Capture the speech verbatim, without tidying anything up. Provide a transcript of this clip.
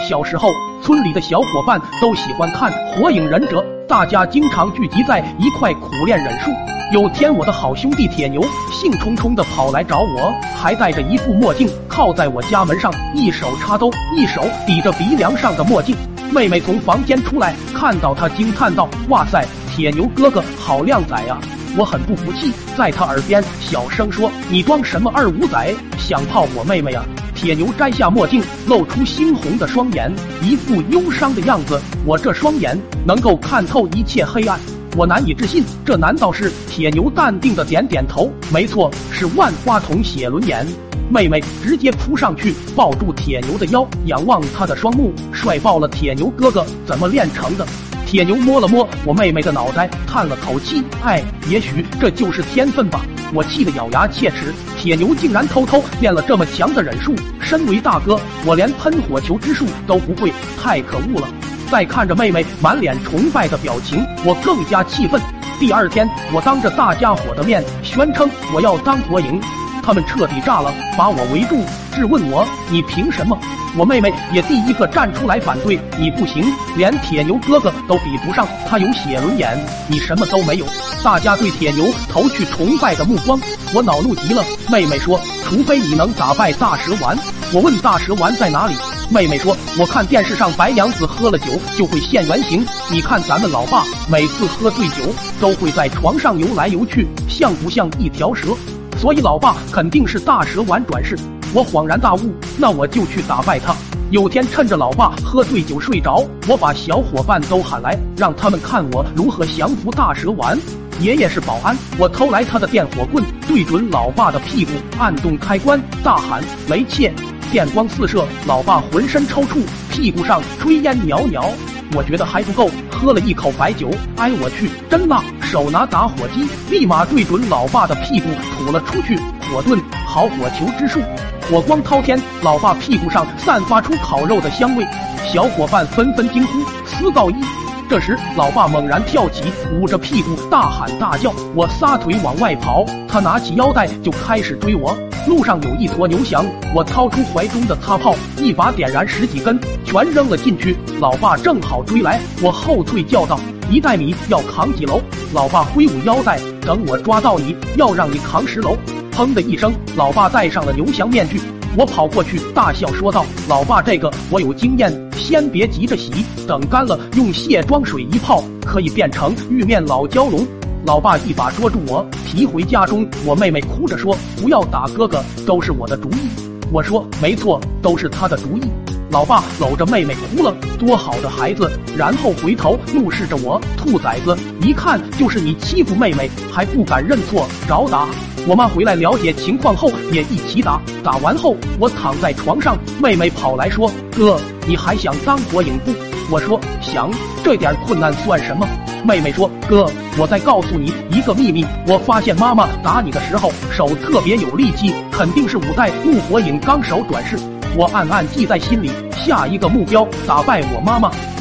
小时候，村里的小伙伴都喜欢看《火影忍者》，大家经常聚集在一块苦练忍术。有天，我的好兄弟铁牛兴冲冲地跑来找我，还戴着一副墨镜，靠在我家门上，一手插兜，一手抵着鼻梁上的墨镜。妹妹从房间出来，看到他惊叹道：“哇塞，铁牛哥哥好靓仔啊！”我很不服气，在他耳边小声说：“你装什么二五仔，想泡我妹妹啊？”铁牛摘下墨镜，露出猩红的双眼，一副忧伤的样子。我这双眼能够看透一切黑暗。我难以置信，这难道是？铁牛淡定的点点头，没错，是万花筒写轮眼。妹妹直接扑上去，抱住铁牛的腰，仰望他的双目，帅爆了！铁牛哥哥怎么练成的？铁牛摸了摸我妹妹的脑袋，叹了口气，哎，也许这就是天分吧。我气得咬牙切齿，铁牛竟然偷偷练了这么强的忍术，身为大哥，我连喷火球之术都不会，太可恶了。再看着妹妹满脸崇拜的表情，我更加气愤。第二天，我当着大家伙的面宣称我要当火影，他们彻底炸了，把我围住，质问我：“你凭什么？”我妹妹也第一个站出来反对：“你不行，连铁牛哥哥都比不上，他有写轮眼，你什么都没有。”大家对铁牛投去崇拜的目光，我恼怒极了。妹妹说：“除非你能打败大蛇丸。”我问大蛇丸在哪里，妹妹说：“我看电视上白娘子喝了酒就会现原形，你看咱们老爸每次喝醉酒都会在床上游来游去，像不像一条蛇？所以老爸肯定是大蛇丸转世。”我恍然大悟，那我就去打败他。有天趁着老爸喝醉酒睡着，我把小伙伴都喊来，让他们看我如何降服大蛇丸。爷爷是保安，我偷来他的电火棍，对准老爸的屁股，按动开关，大喊雷切，电光四射，老爸浑身抽搐，屁股上炊烟袅袅。我觉得还不够，喝了一口白酒，哎我去，真辣！手拿打火机，立马对准老爸的屁股吐了出去，火遁好火球之术，火光滔天，老爸屁股上散发出烤肉的香味，小伙伴纷纷惊呼司告一。这时老爸猛然跳起，捂着屁股大喊大叫，我撒腿往外跑，他拿起腰带就开始追我。路上有一坨牛翔，我掏出怀中的擦炮，一把点燃十几根，全扔了进去。老爸正好追来，我后退叫道：“一袋米要扛几楼？”老爸挥舞腰带，等我抓到你，要让你扛十楼。砰的一声，老爸戴上了牛翔面具。我跑过去大笑说道：“老爸，这个我有经验，先别急着洗，等干了用卸妆水一泡，可以变成玉面老蛟龙。”老爸一把捉住我，提回家中。我妹妹哭着说：“不要打哥哥，都是我的主意。”我说：“没错，都是他的主意。”老爸搂着妹妹哭了，多好的孩子！然后回头怒视着我：“兔崽子，一看就是你欺负妹妹，还不敢认错，找打！”我妈回来了解情况后也一起打。打完后，我躺在床上，妹妹跑来说：“哥，你还想当火影不？”我说：“想，这点困难算什么？”妹妹说：“哥，我再告诉你一个秘密，我发现妈妈打你的时候手特别有力气，肯定是五代木火影纲手转世。”我暗暗记在心里，下一个目标打败我妈妈。